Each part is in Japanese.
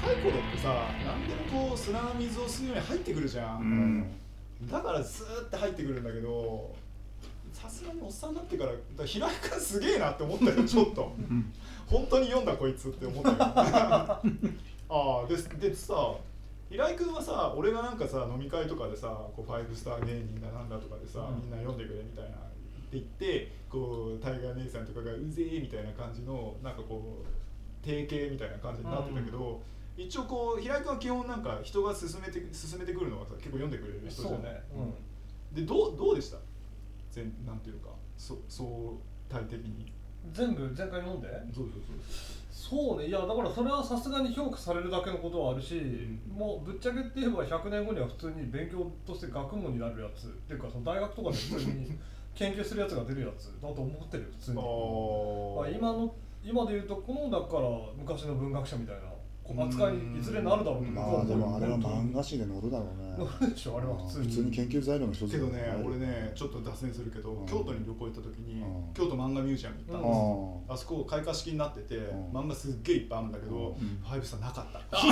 若い頃ってさ、何でもこう砂の水を吸うように入ってくるじゃん、だからスーって入ってくるんだけど、さすがにおっさんになってから平井君すげえなって思ったよちょっと本当に読んだこいつって思ったよああでさ、平井君はさ、俺がなんかさ飲み会とかでさ、こう5スター芸人だなんだとかでさ、みんな読んでくれみたいなって言って、こうタイガー姉さんとかがうぜえみたいな感じのなんかこう定型みたいな感じになってたけど、一応こう平井君は基本なんか人が勧めてくるのはさ結構読んでくれる人じゃない。でどうでした？なんていうか相対的に全部前回読んで。そうね、いやだからそれはさすがに評価されるだけのことはあるし、もうぶっちゃけって言えば100年後には普通に勉強として学問になるやつっていうか、その大学とかで普通に研究するやつが出るやつだと思ってるよ普通に。今で言うとこのだから昔の文学者みたいな扱いにいずれなるだろうと。 まあでもあれは漫画誌で載るだろうね。 載るでしょあれは普通に研究材料の一つけどね、俺ねちょっと脱線するけど、京都に旅行行った時に京都漫画ミュージアム行ったんですよ。あそこ開花式になってて漫画すっげえいっぱいあるんだけど、ファイブさんなか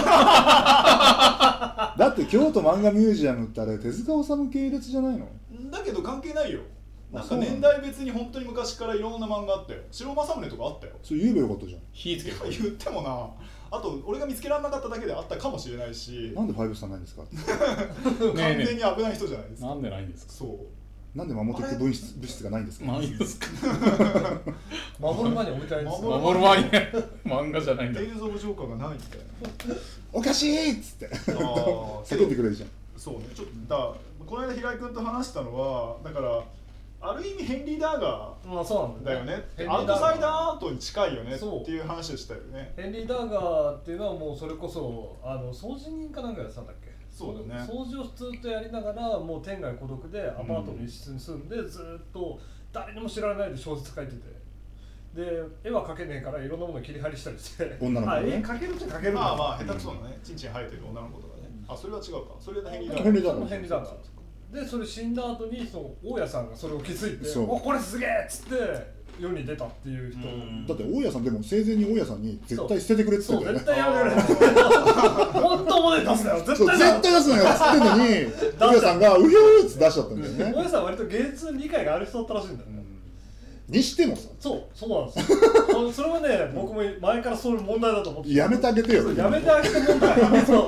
っただって京都漫画ミュージアムってあれ手塚治虫系列じゃないの？ だけど関係ないよ。なんか年代別に本当に昔からいろんな漫画あったよ。城政宗とかあったよ。 それ言えばよかったじゃん。 火つけ言ってもな、あと俺が見つけられなかっただけであったかもしれないし。 なんでファイブスターないんですか完全に危ない人じゃないですか。 なんでないんですか。 そうなんで守っていく物質がないんですか。 ないですか守る前に置いてあるんです。 守る前に漫画じゃないんだ。 テイルズ・オブ・ジョーカーがないみたいなおかしいっつって叫んでくれるじゃん。 そうね、ちょっとだこの間平井君と話したのは、だからある意味ヘンリー・ダーガーだよね、アウトサイダーアートに近いよねっていう話をしたよね。 ヘンリー・ダーガーっていうのはもうそれこそ掃除人かなんかやってたんだっけ。 そうだね。 掃除をずっとやりながらもう天涯孤独でアパートの一室に住んでずっと誰にも知られないで小説書いてて、で絵は描けねえからいろんなものを切り貼りしたりして女の子ね。 絵描けるっちゃ描けるんだ。 まあまあ下手くそなね、チンチン生えてる女の子とかね。あ、それは違うか。それがヘンリー・ダーガー。 ヘンリー・ダーガー。 ヘンリー・ダーガーで、それ死んだ後にその大家さんがそれを気づいて、おこれすげえっつって世に出たっていう人。 だって大家さんでも生前に大家さんに絶対捨ててくれって言ってたよね。 絶対やめろよ本当もね出すなよ絶対出すなよっつってんのに大家さんがうひょーって出しちゃったんだよね。 大家さんは割と芸術に理解がある人だったらしいんだよね。 にしてもさ、 そうなんですよそれはね、僕も前からそういう問題だと思ってやめてあげてよ。 やめてあげて問題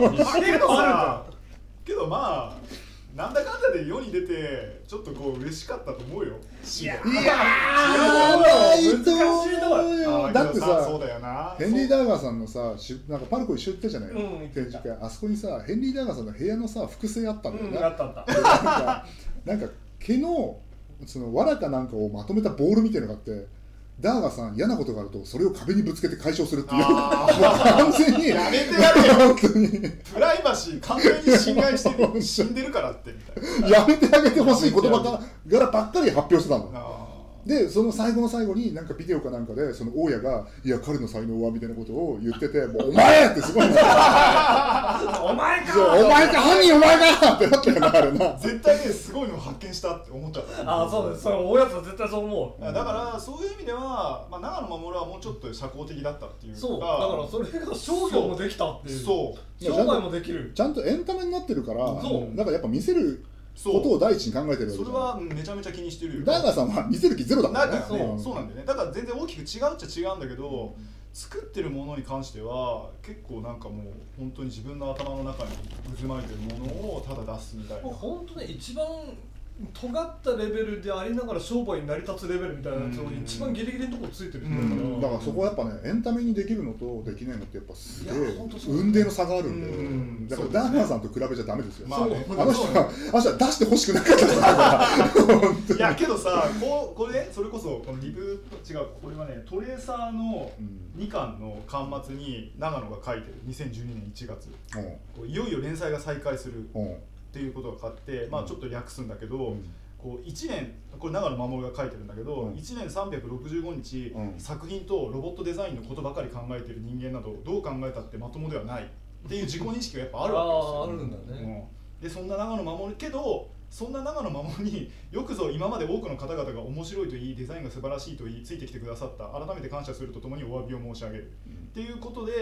けどまあなんだかんだで世に出てちょっとこう嬉しかったと思うよ。 いや難しいとよ。だってさ、 そうだよな、 ヘンリー・ダーガーさんのさ、なんかパルコ一緒行ったじゃない展示会。あそこにさ、ヘンリー・ダーガーさんの部屋のさ複製あったんだよね。 あったなんか毛のその藁かなんかをまとめたボールみたいなのがあって、ダーガーさん嫌なことがあるとそれを壁にぶつけて解消するっていう、もう完全にやめてやれよプライバシー完全に侵害してる死んでるからってみたいなやめてあげてほしい言葉からばっかり発表してたの。でその最後の最後になんかビデオかなんかでその大家が「いや彼の才能は」みたいなことを言ってて「もうお前!」ってすごいお前かお前か犯人お前かってなったよなあれな。 絶対ねすごいのを発見したって思っちゃった。 あ、そうです。それ大家さん絶対そう思う。 だからそういう意味では、まあ、長野守はもうちょっと社交的だったっていうか。 そうだからそれが商業もできたっていう。 そう商売もできる。 ちゃんとエンタメになってるから、 そうだからやっぱ見せることを第一に考えてるわけじゃん。 それはめちゃめちゃ気にしてるよ。 ダーガーさんは見せる気ゼロだからね。 そうなんだよね。だから全然大きく違うっちゃ違うんだけど、作ってるものに関しては結構なんかもう本当に自分の頭の中に渦巻いてるものをただ出すみたいな。 本当ね、一番尖ったレベルでありながら商売に成り立つレベルみたいなやつを一番ギリギリのところついてる人だから、 だからそこはやっぱね、エンタメにできるのとできないのってやっぱすげえ運命の差があるんで、だからダーガーさんと比べちゃダメですよ。あの人は出してほしくなかったんだからいやけどさ、これね、それこそこのリブ違う、これはねトレーサーの2巻の巻末に長野が書いてる2012年1月、いよいよ連載が再開するっていうことがあって、まあちょっと略すんだけど、こう1年、これ長野守が書いてるんだけど、1年365日、作品とロボットデザインのことばかり考えてる人間などどう考えたってまともではないっていう自己認識がやっぱあるわけですよ。 あるんだね。 でそんな長野守けど、そんな長野守によくぞ今まで多くの方々が面白いと言い、デザインが素晴らしいと言い、ついてきてくださった。改めて感謝するとともにお詫びを申し上げる、っていうことで、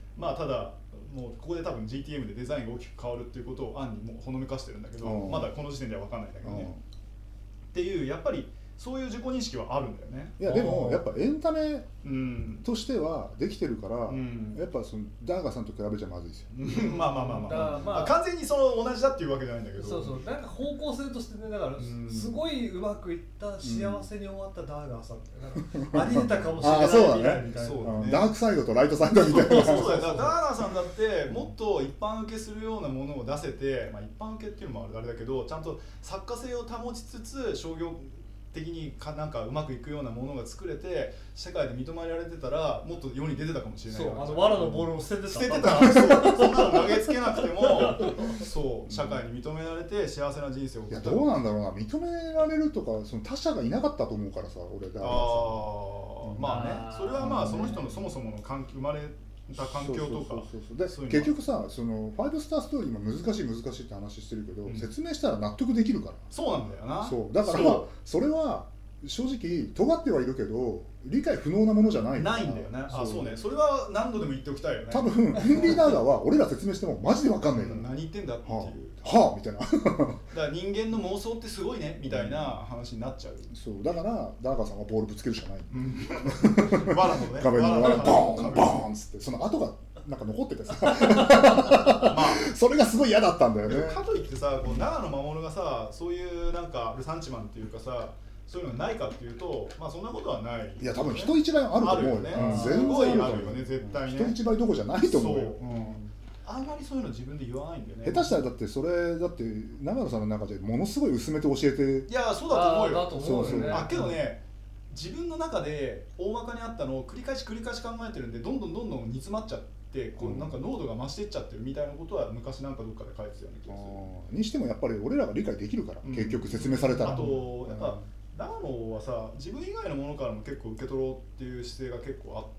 まあただもうここで多分 GTM でデザインが大きく変わるっていうことを案にもうほのめかしてるんだけど、まだこの時点では分かんないんだけどね、っていうやっぱりそういう自己認識はあるんだよね。 いやでもやっぱエンタメとしてはできてるから、やっぱそのダーガさんと比べちゃまずいですよ。 まあ完全にその同じだっていうわけじゃないんだけど、 そうなんか方向性としてね、だからすごいうまくいった幸せに終わったダーガーさんってありえたかもしれない未来みたいな、 ダークサイドとライトサイドみたいな。 そうだよ。ダーガーさんだってもっと一般受けするようなものを出せて、まあ一般受けっていうのもあれだけど、ちゃんと作家性を保ちつつ商業的になんかうまくいくようなものが作れて世界で認められてたらもっと世に出てたかもしれない。 そう藁のボールを捨ててたそうそんなの投げつけなくてもそう社会に認められて幸せな人生を送った。 いやどうなんだろうな、認められるとかその他者がいなかったと思うからさ、俺だからまあね、それはまあその人のそもそもの生まれた環境とかで結局さ、その5スターストーリーも難しいって話してるけど、説明したら納得できるから。 そうなんだよな。 そうだからそれは正直尖ってはいるけど理解不能なものじゃないんだよね。そうね、それは何度でも言っておきたいよね。 多分ヘンリー・ダーガーは俺ら説明してもマジで分かんないから、 何言ってんだっていうはあみたいなだから人間の妄想ってすごいねみたいな話になっちゃう。 そうだからダーガーさんはボールぶつけるしかない。 バラのね、 画面の裏にボーンボーンっつってその後がなんか残っててさまあそれがすごい嫌だったんだよね。 かといってさ、こう長野守がさそういうなんかルサンチマンっていうかさそういうのがないかっていうと、まあそんなことはない、ね。 いや多分人一倍あると思うよね。 すごいあるよね、絶対ね。 人一倍どこじゃないと思うよ。 あんまりそういうの自分で言わないんだよね。 下手したらだってそれだって長野さんの中でものすごい薄めて教えて。 いやそうだと思うよ。 そうけどね、自分の中で大まかにあったのを繰り返し考えてるんでどんどん煮詰まっちゃって。こうなんか濃度が増していっちゃってるみたいなことは昔なんかどっかで書いてたような気がする。 にしてもやっぱり俺らが理解できるから、結局説明されたら。 あとやっぱ長野はさ自分以外のものからも結構受け取ろうっていう姿勢が結構あって、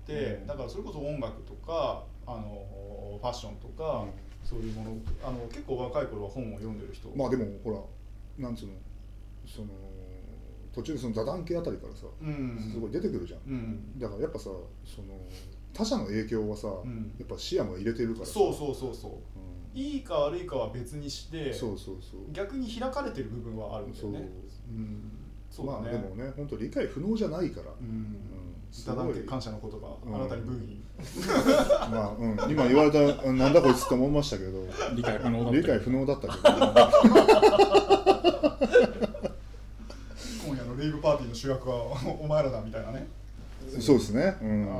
だからそれこそ音楽とかファッションとか、そういうもの結構若い頃は本を読んでる人。 まあでもほらなんつうのその途中でその座談系あたりからさ、すごい出てくるじゃん。だからやっぱさその他者の影響はさ、やっぱ視野も入れてるからさ。 そう、いいか悪いかは別にして、逆に開かれてる部分はあるんだよね。 まあでもね、本当理解不能じゃないから。 いただけ感謝の言葉、あなたにブーギー。まあ今言われたなんだこいつって思いましたけど、理解不能だったけど。 今夜のレイブパーティーの主役はお前らだみたいなね。 そうですね。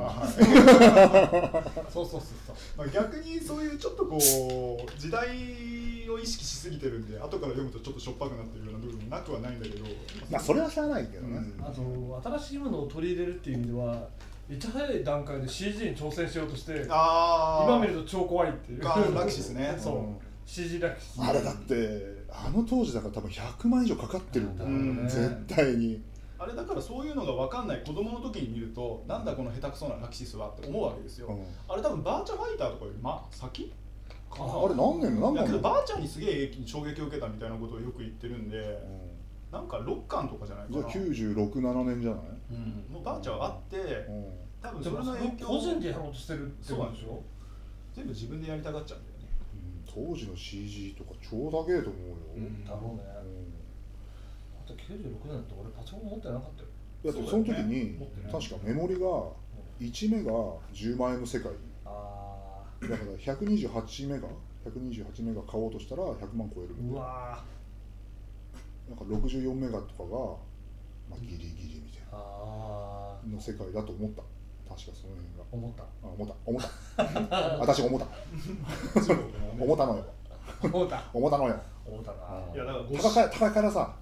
そう逆にそういうちょっとこう時代を意識しすぎてるんで後から読むとちょっとしょっぱくなってるような部分もなくはないんだけど、 まあそれはしゃあないけどね。 あと新しいものを取り入れるっていう意味ではめっちゃ早い段階で CG に挑戦しようとして今見ると超怖いっていうラキシスね。 そう CG ラキシスあれだってあの当時だから多分100万以上かかってるんだよ、絶対に。 あれだからそういうのが分かんない子供の時に見るとなんだこの下手くそなラキシスはって思うわけですよ。あれ多分バーチャファイターとかより先かな。 あれ何年のだけどバーチャにすげえ衝撃を受けたみたいなことをよく言ってるんで、なんか6巻とかじゃないかな。 じゃあ96、7年じゃない。 もうバーチャはあって多分それの影響個人でやろうとしてるってことでしょ。 全部自分でやりたがっちゃうんだよね。 当時の CG とか超高えと思うよ。 だろうね。96年って俺パソコン持ってなかったよ。 だってその時に確かメモリが1メガ10万円の世界。だから128メガ買おうとしたら100万超える。 うわなんか64メガとかが、まあ、ギリギリみたいなの世界だと思った。確かその辺が思った私思った思ったのよ思ったのよ。 いやだから高からさ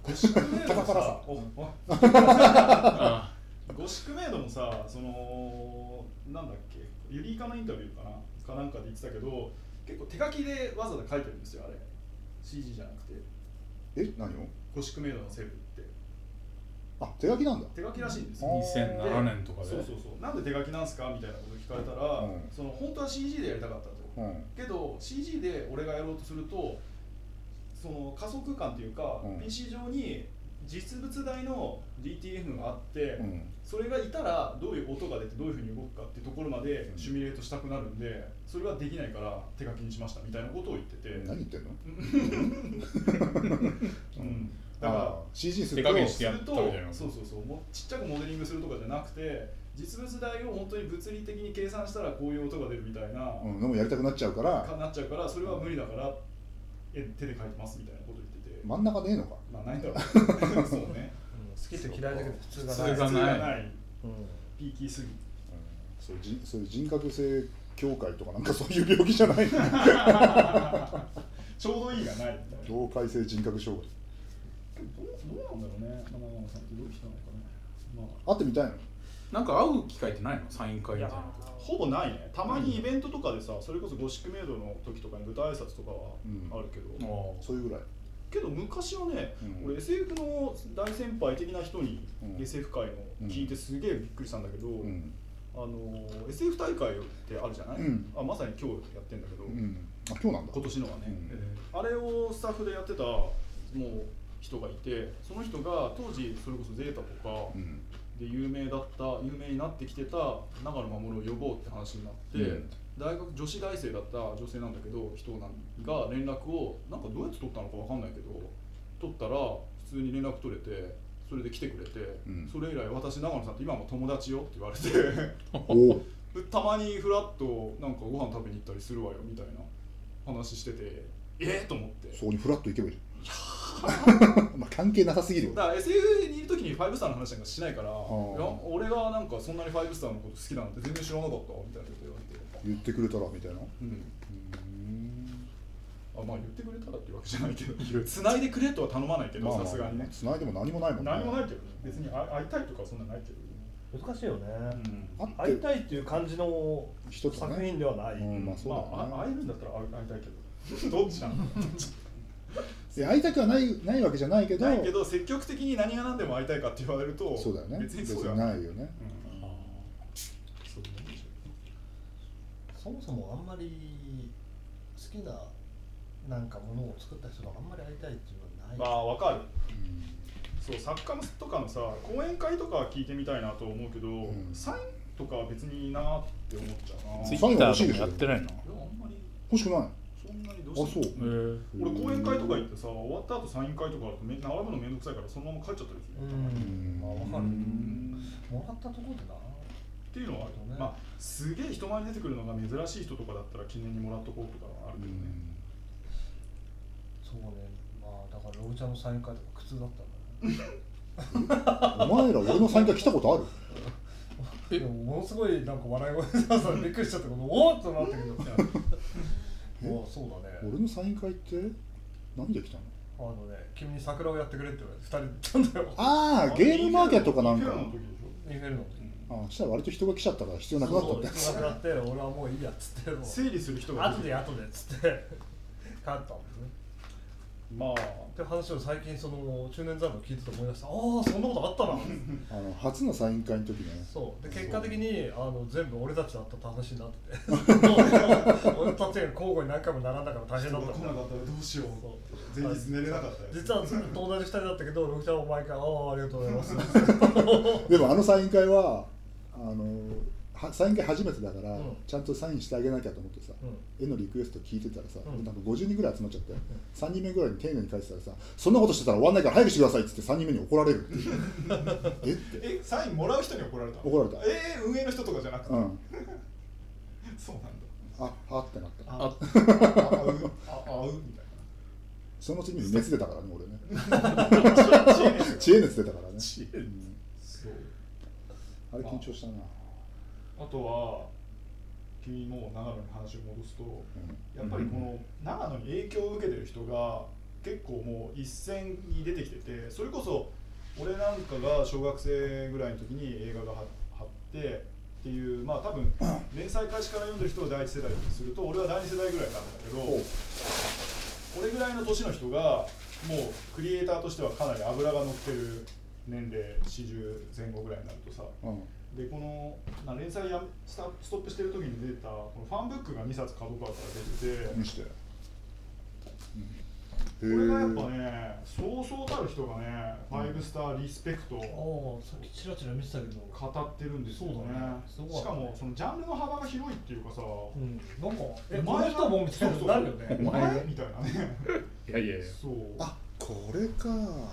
ゴシクメイドもさそのなんだっけユリイカのインタビューかなんかで言ってたけど結構手書きでわざわざ書いてるんですよあれ CG じゃなくて。 何をゴシクメイドのセルって手書きなんだ。 手書きらしいんですよ。 2007年とかで。 そうなんで手書きなんすかみたいなこと聞かれたら、その本当は CG でやりたかったと、けど CG で俺がやろうとするとその仮想空間っていうか、PC 上に実物大の DTM があって、 うん、 それがいたらどういう音が出てどういうふうに動くかっていうところまでシミュレートしたくなるんで、それができないから手書きにしましたみたいなことを言ってて。 何言ってんの？ うん、だから CG す手ると加減してやったみたいな。 そうもうちっちゃくモデリングするとかじゃなくて、実物大を本当に物理的に計算したらこういう音が出るみたいな、 のもやりたくなっちゃうから、 それは無理だから手で書いてますみたいなこと言ってて。 真ん中ねえのか。 まあないんだろう。そうね。 好きって嫌いだけど普通がない。 普通がない。 ピーキーすぎ。 そういう人格性境界とかなんかそういう病気じゃない。 ちょうどいいがないみたいな。 境界性人格障害。 どうなんだろうね。生々さんってどういう人なのかね。まあ会ってみたいの？ なんか会う機会ってないの？サイン会みたいな。 ほぼないね。たまにイベントとかでさ、それこそゴシックメイドの時とかに舞台挨拶とかはあるけど、 そういうぐらい。 けど昔はね、俺 SF の大先輩的な人に SF 界の聞いてすげえびっくりしたんだけど、SF 大会ってあるじゃない、まさに今日やってんだけど、 今日なんだ。 今年のはね、あれをスタッフでやってたもう人がいて、その人が当時それこそゼータとかで有名になってきてた永野守を呼ぼうって話になって、大学女子大生だった女性なんだけど人が連絡をなんかどうやって取ったのかわかんないけど取ったら普通に連絡取れて、それで来てくれて、それ以来私永野さんって今も友達よって言われてたまにフラッとなんかご飯食べに行ったりするわよみたいな話してて、と思って、 そこにフラッと行けばいい。まあ関係なさすぎるよ。 だから SF にいる時に5スターの話なんかしないから、俺がなんかそんなに5スターのこと好きなんて全然知らなかったみたいなこと言われて、 言ってくれたらみたいな。 まあ言ってくれたらっていうわけじゃないけど、繋いでくれとは頼まないけど、さすがにね。 繋いでも何もないもんね。 何もないけどね。別に会いたいとかそんなないけど。 難しいよね。会いたいっていう感じの作品ではない。 まあそうだね。 会えるんだったら会いたいけど。どっちなの？ 会いたくはないわけじゃないけど、 積極的に何が何でも会いたいかって言われると、 そうだよね。 別にそうじゃないよね。 そもそもあんまり好きななんかものを作った人があんまり会いたいっていうのはない。 まあわかる。そう、作家とかのさ講演会とか聞いてみたいなと思うけど、サインとかは別にいいなって思っちゃうな。 ツイッターとかやってないの？ 欲しくない。 そんなにどうしても。俺講演会とか行ってさ、終わった後サイン会とかあると並ぶのめんどくさいからそのまま帰っちゃったりする。 まあわかる。もらったところでな。 っていうのはあるとね。まあすげえ人前に出てくるのが珍しい人とかだったら記念にもらっとこうとかはあるけどね。 そうね。まあだからロブちゃんのサイン会とか苦痛だったんだね。 お前ら俺のサイン会来たことある？ でもものすごいなんか笑い声でさびっくりしちゃったけど、おーっとなったけど。もうそうだね。 俺のサイン会って何で来たの？ 君に桜をやってくれって言われて2人で行ったんだよ。 ああ、ゲームマーケットかなんか。 ニフェルの時。 そしたら割と人が来ちゃったから必要なくなったって。 人がなくなって、俺はもういいやっつって。 整理する人が後でっつって帰ったんですね。まあって話を最近その中年ザルを聞いてて思い出した。ああ、そんなことあったな。 初のサイン会の時ね。 そうで結果的に全部俺たちだったって話になってて、俺たちが交互に何回も並んだから大変だった。 来なかったらどうしよう。前日寝れなかったよ。 実はずっと同じ2人だったけど、ロキちゃんお前からありがとうございます。 でもサイン会はサイン会初めてだから、ちゃんとサインしてあげなきゃと思ってさ、絵のリクエスト聞いてたらさ、なんか50人ぐらい集まっちゃって、3人目ぐらいに丁寧に書いてたらさ、そんなことしてたら終わんないから早くしてくださいっつって3人目に怒られるっていう。 サインもらう人に怒られた？ 怒られた。 運営の人とかじゃなくて。そうなんだ。 あってなった。 会うみたいな。 その次に熱出たからね、俺ね。知恵熱出たからね。あれ緊張したな。 あとは君も長野に話を戻すと、やっぱりこの長野に影響を受けてる人が結構もう一線に出てきてて、それこそ俺なんかが小学生ぐらいの時に映画が張ってっていう、まあ多分連載開始から読んでる人を第一世代とすると、俺は第二世代ぐらいなんだけど、俺ぐらいの年の人がもうクリエイターとしてはかなり脂が乗ってる年齢、40前後ぐらいになるとさ、でこの連載ストップしてる時に出たこのファンブックが2冊角川から出てて、これがやっぱね、そうそうたるゃる人がね、5スターリスペクトああ、さっきチラチラ見てたけど語ってるんですよね。 そうだねすごいねしかもそのジャンルの幅が広いっていうかさ、 なんかお前この人もみたいになるよね。 お前みたいなね。 いやいやいや。 そう。 あ、これか。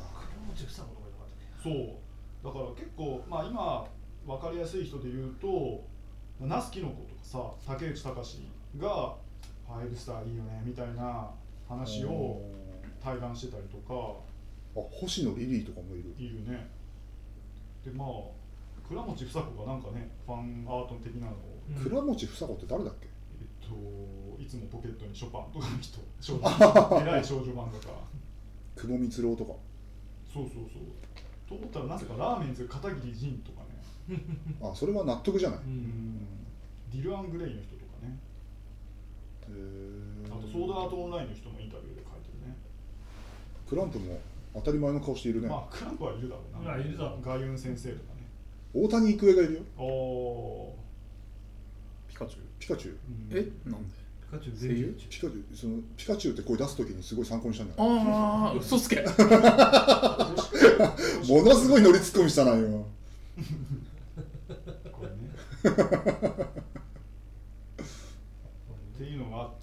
そう。だから結構まあ今分かりやすい人で言うと、那須きの子とかさ、竹内隆が5スターいいよねみたいな話を対談してたりとか。 あ、星野リリーとかもいる。 いるね。でまあ倉持房子がなんかねファンアート的なのを、 倉持房子って誰だっけ？ いつもポケットにショパンとかの人、偉い少女漫画家。 久保光郎とか。 そうそうそう。と思ったらなぜかラーメンズ片桐仁とかね。 あ、それは納得じゃない。 ディル・アン・グレイの人とかね。あとソードアートオンラインの人もインタビューで書いてるね。 クランプも当たり前の顔しているね。 まあクランプはいるだろうな。 いるだろう。 ガユン先生とかね。 大谷育英がいるよ。 ピカチュウ。 ピカチュウ。 なんで？ ピカチュウ声優？ ピカチュウって声出すときにすごい参考にしたんだよ。 ああ、嘘つけ。 ものすごいノリツッコミしたなんよ。 これね。っていうのがあって、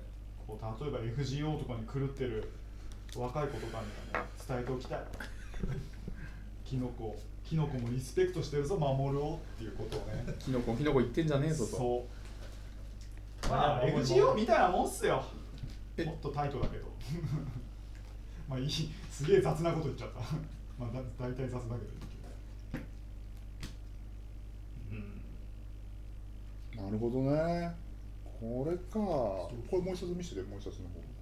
こう例えば FGO とかに狂ってる若い子とかにはね伝えておきたい。キノコもリスペクトしてるぞ守るをっていうことをね。 キノコ言ってんじゃねえぞと。 そう。まあ FGO みたいなもんっすよ。もっとタイトだけど。まあいい、すげえ雑なこと言っちゃった。まあ大体雑だけど。 なるほどね。これか。これもう一つ見せて、もう一つの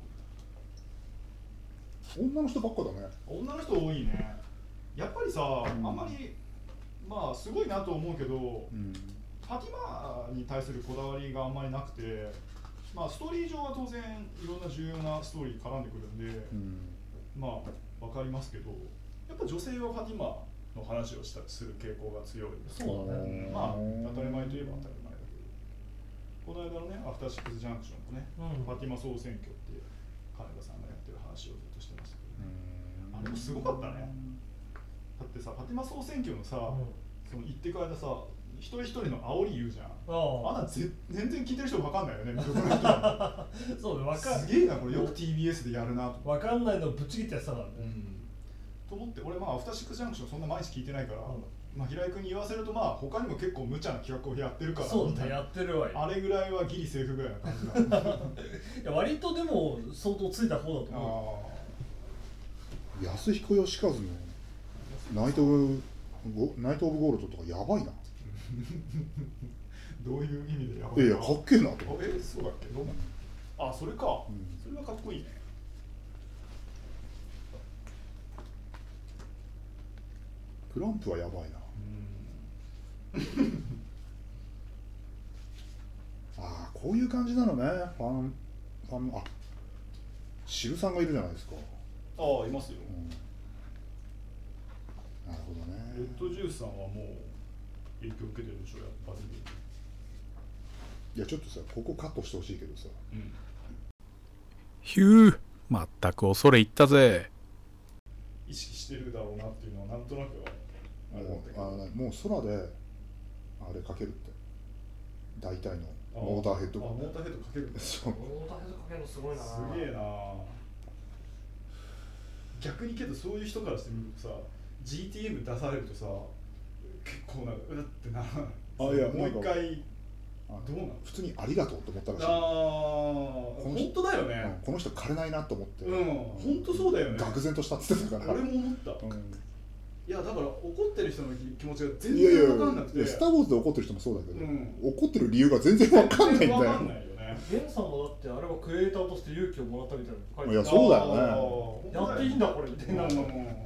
方。女の人ばっかだね。 女の人多いね。やっぱりさ、あんまりまあすごいなと思うけど、ファティマに対するこだわりがあんまりなくて、まあストーリー上は当然いろんな重要なストーリー絡んでくるんで、まあわかりますけど、やっぱ女性はファティマの話をする傾向が強い。 そうだね。 まあ当たり前といえば当たり前だけど、この間のねアフターシックスジャンクションのね、ファティマ総選挙って金田さんがやってる話をずっとしてましたけど、あれもすごかったね。だってさ、ファティマ総選挙のさ、その言ってく間さ、一人一人の煽り言うじゃん。あんな全然聞いてる人分かんないよね、見てくれる人は。 そうね、すげえな、これよく TBS でやるなと。 分かんないのをぶっちぎってやってたからね。 と思って、俺まあアフターシックスジャンクションそんな毎日聞いてないから、まあ平井君に言わせるとまあ他にも結構無茶な企画をやってるから。 そうね、やってるわよ。 あれぐらいはギリセーフぐらいな感じだ。 いや割とでも相当ついた方だと思う。安彦義和のナイト・オブ・ゴールドとかやばいな。 どういう意味でやばい？ いや、かっけえなと。 そうだっけ？どうなの？あ、それか。それはかっこいいね。 クランプはやばいな。ああ、こういう感じなのね。ファン、あ、シルさんがいるじゃないですか。 ああ、いますよ。 なるほどね。 レッドジュースさんはもう影響を受けてるでしょ、やっぱり。 いや、ちょっとさ、ここカットしてほしいけどさ。 ヒュー、まったく恐れ入ったぜ。 意識してるだろうなっていうのはなんとなくはもう空であれかけるって。大体のモーターヘッドが。 モーターヘッドかけるんだ。 う。モーターヘッドかけるのすごいな。 すげえな。逆にけどそういう人からしてみるとさ、GTM 出されるとさ、結構なんかうってならない。 いや、 もう一回どうなの？ 普通にありがとうと思ったらしい。 本当だよね。 この人枯れないなと思って。 本当そうだよね。 愕然としたって言ってたから。 俺も思った。いやだから怒ってる人の気持ちが全然分かんなくて。 スター・ウォーズで怒ってる人もそうだけど、怒ってる理由が全然分かんないんだよ。 分かんないよね。 ゲンさんもだってあれはクリエイターとして勇気をもらったみたいなの書いてある。 いやそうだよね。 やっていいんだこれみたいな。 いや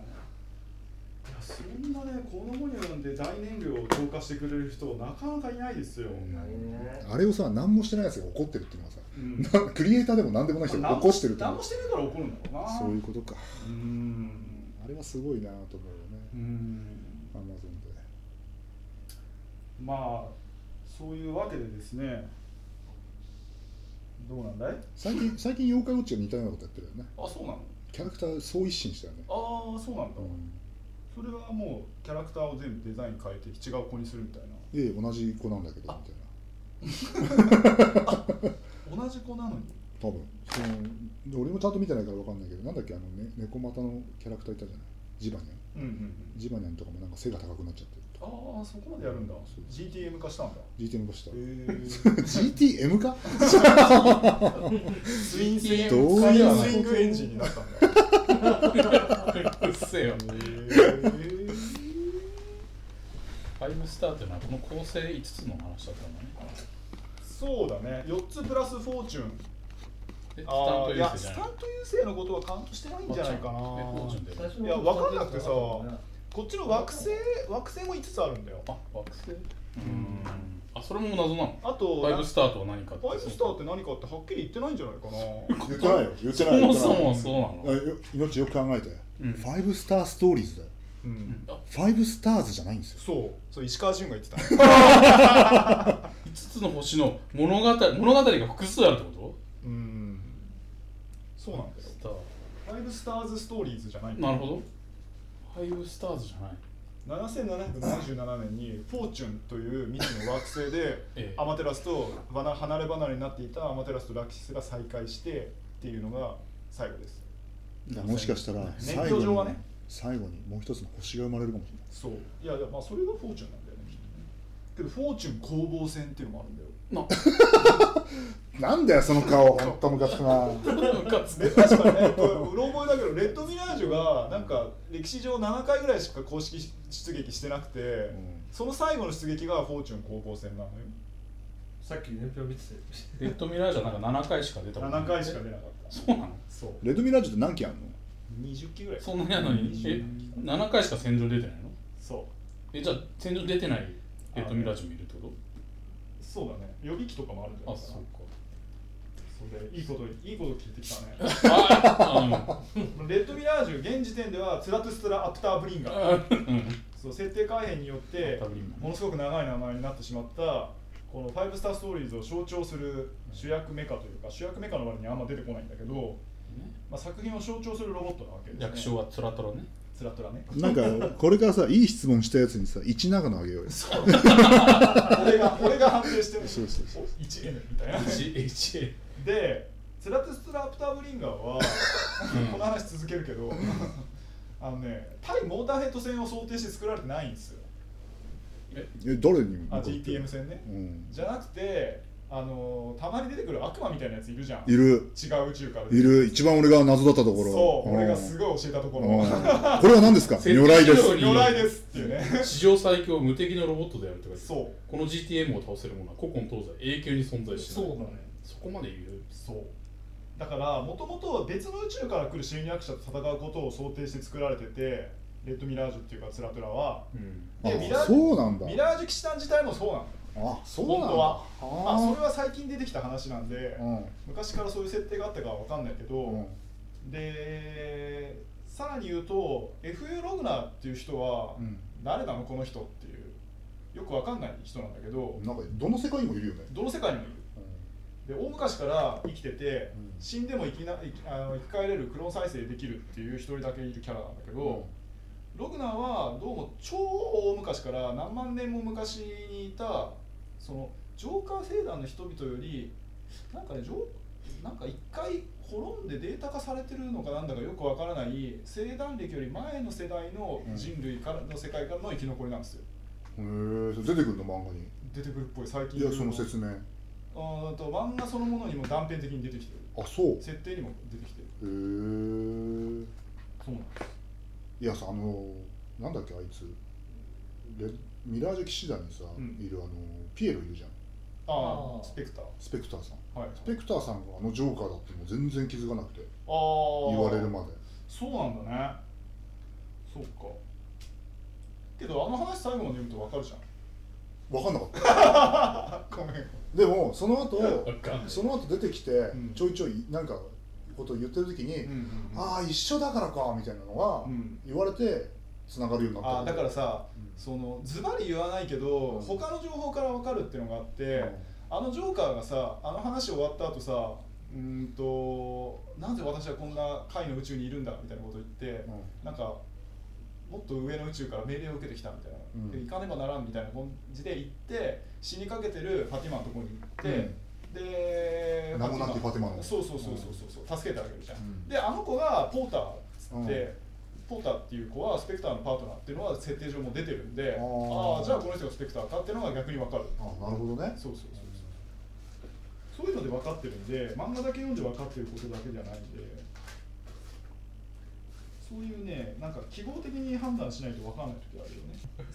そんなねこの本読んで大燃料を投下してくれる人なかなかいないですよ。 あれをさ何もしてないやつが怒ってるっていうのはさ、クリエイターでも何でもない人が怒してるって。 何もしてないから怒るんだろうな。 そういうことか。あれはすごいなと思うよね。アマゾンで。 まあそういうわけでですね。どうなんだい？ 最近妖怪ウォッチが似たようなことやってるよね。 あ、そうなの？ キャラクター総一新したよね。 ああそうなんだ、それはもうキャラクターを全部デザイン変えて違う子にするみたいな。 同じ子なんだけどみたいな。 同じ子なのに多分俺もちゃんと見てないから分かんないけど、なんだっけ猫股のキャラクターいたじゃない、ジバニャン、ジバニャンとかもなんか背が高くなっちゃってるとか。 ああそこまでやるんだ。GTM 化したんだ。 GTM 化した。 GTM 化スインスインどういうスイングエンジンになったんだ。 うっせえよ。5スターっていうのはこの構成5つの話だったんだね。 そうだね、4つプラスフォーチュン。 スタントいやスタント優勢のことはカウントしてないんじゃないかな。いや分かんなくてさ、こっちの惑星も5つあるんだよ。 あ、惑星。あ、それも謎なの。 あと 5スターとは何かって。 5スターって何かってはっきり言ってないんじゃないかな。 言ってないよ、言ってないよ。 そもそもそうなの。 命よく考えて、5スターストーリーズだよ。5スターズじゃないんですよ。 そう石川潤が言ってた。 5つの星の物語が複数あるってこと？ そうなんだよ。5スターズストーリーズじゃないんだ。 なるほど。5スターズじゃない。 7777年にフォーチュンという未知の惑星でアマテラスと離れ離れになっていたアマテラスとラキシスが再会してっていうのが最後です。 もしかしたら年表上はね、 最後にもう一つの星が生まれるかもしれない。 そういやまあそれがフォーチュンなんだよね。けどフォーチュン攻防戦っていうのもあるんだよ。 なんだよその顔、ほんとムカつくな。 確かにね、うろ覚えだけどレッドミラージュがなんか歴史上7回ぐらいしか公式出撃してなくて、その最後の出撃がフォーチュン攻防戦なのよ。 さっき年表見ててレッドミラージュはなんか7回しか出たことない。 7回しか出なかった。 そうなの？ そう。 レッドミラージュって何機あるの ？20機ぐらい。 そんなにあるのに7回しか戦場出てないの？ そう。 じゃあ戦場出てないレッドミラージュもいるってこと？ そうだね。予備機とかもあるんじゃないかな。 あ、そうか。 それいいこと聞いてきたね。レッドミラージュ現時点ではツラトゥストラアプターブリンガー。そう設定改変によってものすごく長い名前になってしまったこの5スターストーリーズを象徴する主役メカというか、主役メカの割にあんま出てこないんだけど、まあ、作品を象徴するロボットなわけですね。 略称はツラトラね。 ツラトラね。 なんかこれからさ、いい質問したやつにさ、1長野あげようよ。 そう俺が判定してる。 そうそうそう。 1N みたいな。 1A で、ツラトゥストラアプターブリンガーはこの話続けるけど、対モーターヘッド戦を想定して作られてないんですよ。 誰に GTM 戦ね、じゃなくてたまに出てくる悪魔みたいなやついるじゃん。 いる。 違う宇宙からいる。一番俺が謎だったところ。 そう、俺がすごい教えたところ。 これは何ですか？如来です。 如来ですっていうね。 史上最強無敵のロボットであるって書いてある。 そう。 この GTM を倒せるものは古今東西永久に存在してない。 そうだね。 そこまで言う。 そう。だからもともと別の宇宙から来る侵略者と戦うことを想定して作られてて、レッドミラージュっていうかツラトラは。 でミラージュ騎士団自体もそうなの。 そうなんだ。 本当は。それは最近出てきた話なんで、昔からそういう設定があったかは分かんないけど、でさらに言うと FU ログナーっていう人は誰なのこの人っていうよく分かんない人なんだけど、 なんかどの世界にもいるよね。 どの世界にもいる。で大昔から生きてて、死んでも生き返れるクローン再生できるっていう一人だけいるキャラなんだけど、ログナーはどうも超大昔から何万年も昔にいたそのジョーカー星団の人々よりなんか一回滅んでデータ化されてるのかなんだかよくわからない星団歴より前の世代の人類からの世界からの生き残りなんですよ。 へえ、出てくるの漫画に。 出てくるっぽい最近。 いやその説明。 漫画そのものにも断片的に出てきてる。 あ、そう。 設定にも出てきてる。 へえ。 そうなんです。 いやさ、なんだっけあいつミラージュ騎士団にさ、いるピエロいるじゃん。 スペクターさん、 はい、 スペクターさんがジョーカーだってもう全然気づかなくて言われるまで。 そうなんだね。そうか。けど話最後まで読むと分かるじゃん。 分かんなかったごめん。 でもその後出てきて、ちょいちょいなんかことを言ってる時に、ああ一緒だからかみたいなのが言われてつながるようになった。 だからさ、そのズバリ言わないけど、他の情報から分かるっていうのがあって、ジョーカーがさ話終わった後さなぜ私はこんな下位の宇宙にいるんだみたいなことを言って、なんかもっと上の宇宙から命令を受けてきたみたいな、で行かねばならんみたいな感じで行って死にかけてるファティマのところに行って、で名もなきファティマのそう助けてあげるじゃん、であの子がポーターっつって、ポーターっていう子はスペクターのパートナーっていうのは設定上も出てるんで、ああじゃあこの人がスペクターかっていうのが逆に分かる。 なるほどね。 そういうので分かってるんで、漫画だけ読んで分かってることだけじゃないんで、そういうね、なんか記号的に判断しないと分かんない時あるよね。